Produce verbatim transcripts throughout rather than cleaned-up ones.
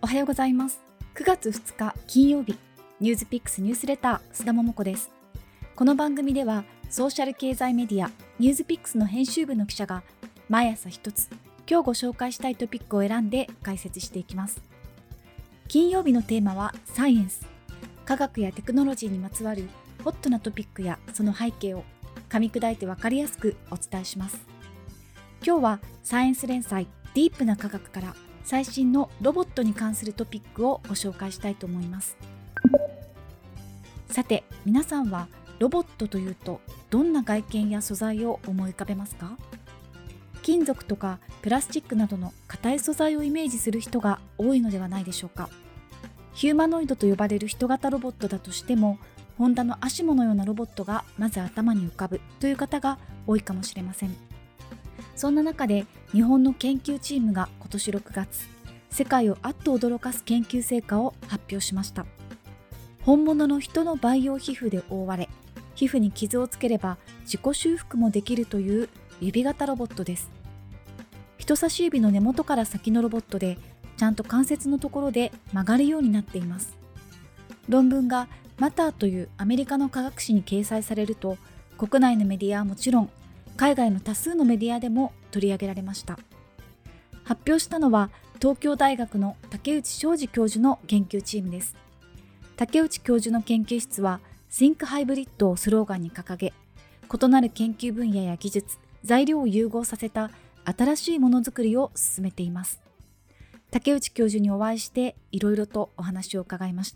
おはようございます。くがつふつか金曜日、ニュースピックスニュースレター須田桃子です。この番組ではソーシャル経済メディアニュースピックスの編集部の記者が毎朝一つ今日ご紹介したいトピックを選んで解説していきます。金曜日のテーマはサイエンス。科学やテクノロジーにまつわるホットなトピックやその背景を噛み砕いて分かりやすくお伝えします。今日はサイエンス連載ディープな科学から最新のロボットに関するトピックをご紹介したいと思います。さて、皆さんはロボットというとどんな外見や素材を思い浮かべますか？金属とかプラスチックなどの硬い素材をイメージする人が多いのではないでしょうか。ヒューマノイドと呼ばれる人型ロボットだとしても、ホンダのアシモのようなロボットがまず頭に浮かぶという方が多いかもしれません。そんな中で日本の研究チームが今年ろくがつ、世界をあっと驚かす研究成果を発表しました。本物の人の培養皮膚で覆われ、皮膚に傷をつければ自己修復もできるという指型ロボットです。人差し指の根元から先のロボットで、ちゃんと関節のところで曲がるようになっています。論文がマターというアメリカの科学誌に掲載されると、国内のメディアはもちろん、海外の多数のメディアでも取り上げられました。発表したのは東京大学の竹内昌治教授の研究チームです。竹内教授の研究室は Think Hybrid をスローガンに掲げ、異なる研究分野や技術、材料を融合させた新しいものづくりを進めています。竹内教授にお会いしていろいろとお話を伺いました。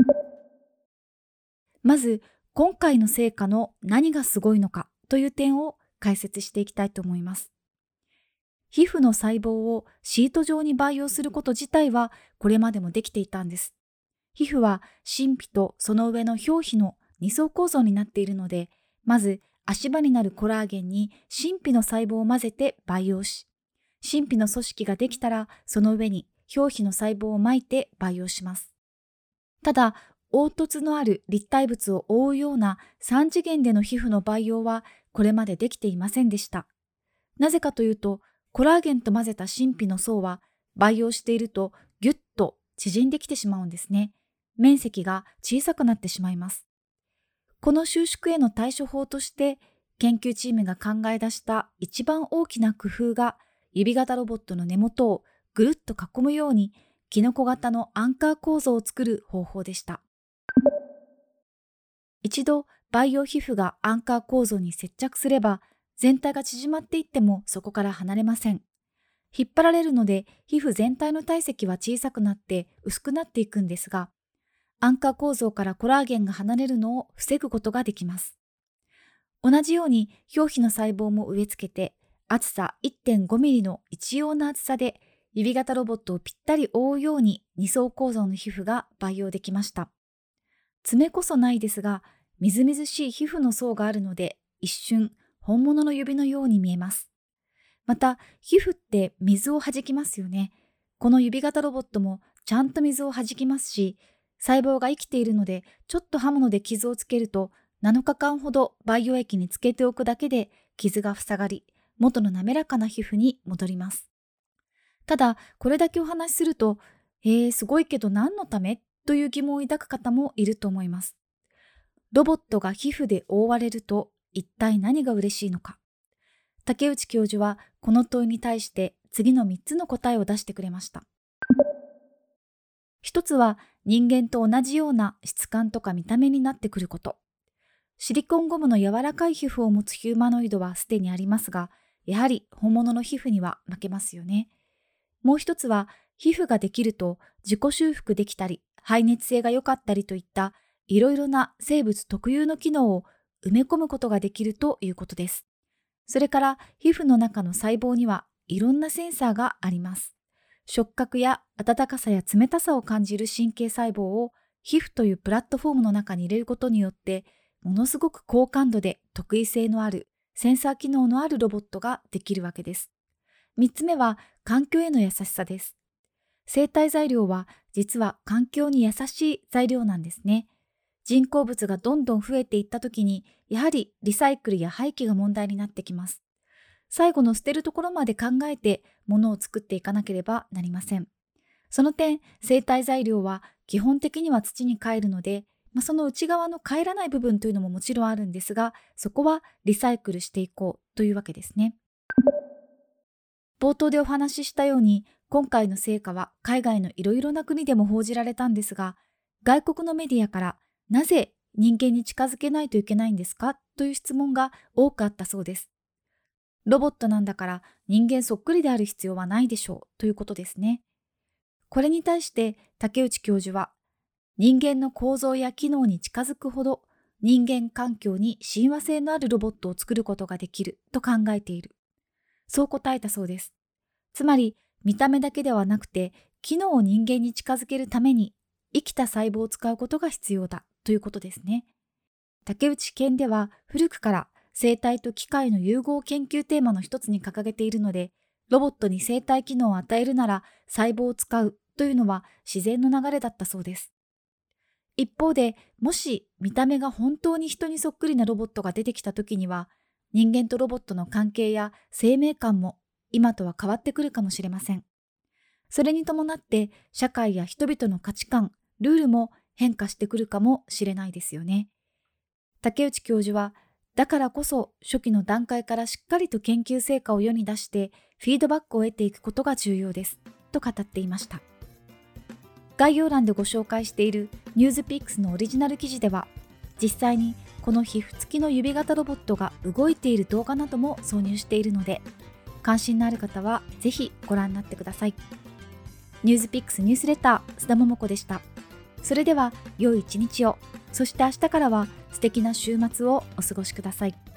まず、今回の成果の何がすごいのかという点を解説していきたいと思います。皮膚の細胞をシート状に培養すること自体はこれまでもできていたんです。皮膚は真皮とその上の表皮の二層構造になっているので、まず足場になるコラーゲンに真皮の細胞を混ぜて培養し、真皮の組織ができたらその上に表皮の細胞を巻いて培養します。ただ、凹凸のある立体物を覆うような三次元での皮膚の培養はこれまでできていませんでした。なぜかというと、コラーゲンと混ぜた真皮の層は培養しているとギュッと縮んできてしまうんですね。面積が小さくなってしまいます。この収縮への対処法として研究チームが考え出した一番大きな工夫が、指型ロボットの根元をぐるっと囲むようにキノコ型のアンカー構造を作る方法でした。一度培養皮膚がアンカー構造に接着すれば、全体が縮まっていってもそこから離れません。引っ張られるので皮膚全体の体積は小さくなって薄くなっていくんですが、アンカー構造からコラーゲンが離れるのを防ぐことができます。同じように表皮の細胞も植え付けて、厚さ いってんごミリ の一様な厚さで指型ロボットをぴったり覆うように二層構造の皮膚が培養できました。爪こそないですが、みずみずしい皮膚の層があるので一瞬本物の指のように見えます。また、皮膚って水を弾きますよね。この指型ロボットもちゃんと水を弾きますし、細胞が生きているので、ちょっと刃物で傷をつけるとなのかかんほど培養液につけておくだけで傷が塞がり、元の滑らかな皮膚に戻ります。ただ、これだけお話しすると、えー、すごいけど何のためという疑問を抱く方もいると思います。ロボットが皮膚で覆われると一体何が嬉しいのか。竹内教授はこの問いに対して次のみっつの答えを出してくれました。一つは人間と同じような質感とか見た目になってくること。シリコンゴムの柔らかい皮膚を持つヒューマノイドはすでにありますが、やはり本物の皮膚には負けますよね。もう一つは皮膚ができると自己修復できたり、排熱性が良かったりといったいろいろな生物特有の機能を埋め込むことができるということです。それから皮膚の中の細胞にはいろんなセンサーがあります。触覚や温かさや冷たさを感じる神経細胞を皮膚というプラットフォームの中に入れることによって、ものすごく高感度で特異性のあるセンサー機能のあるロボットができるわけです。みっつめは環境への優しさです。生体材料は実は環境に優しい材料なんですね。人工物がどんどん増えていったときに、やはりリサイクルや廃棄が問題になってきます。最後の捨てるところまで考えて物を作っていかなければなりません。 その点、生体材料は基本的には土に帰るので、まあ、その内側の帰らない部分というのももちろんあるんですが、そこはリサイクルしていこうというわけですね。冒頭でお話ししたように、今回の成果は海外のいろいろな国でも報じられたんですが、外国のメディアからなぜ人間に近づけないといけないんですかという質問が多くあったそうです。ロボットなんだから人間そっくりである必要はないでしょうということですね。これに対して竹内教授は、人間の構造や機能に近づくほど人間環境に親和性のあるロボットを作ることができると考えている。そう答えたそうです。つまり見た目だけではなくて機能を人間に近づけるために生きた細胞を使うことが必要だということですね。竹内研では古くから生態と機械の融合研究テーマの一つに掲げているので、ロボットに生態機能を与えるなら細胞を使うというのは自然の流れだったそうです。一方で、もし見た目が本当に人にそっくりなロボットが出てきた時には、人間とロボットの関係や生命感も今とは変わってくるかもしれません。それに伴って社会や人々の価値観、ルールも変化してくるかもしれないですよね。竹内教授は、だからこそ初期の段階からしっかりと研究成果を世に出してフィードバックを得ていくことが重要ですと語っていました。概要欄でご紹介しているニュースピックスのオリジナル記事では、実際にこの皮膚付きの指型ロボットが動いている動画なども挿入しているので、関心のある方はぜひご覧になってください。ニュースピックスニュースレター、須田桃子でした。それでは良い一日を、そして明日からは素敵な週末をお過ごしください。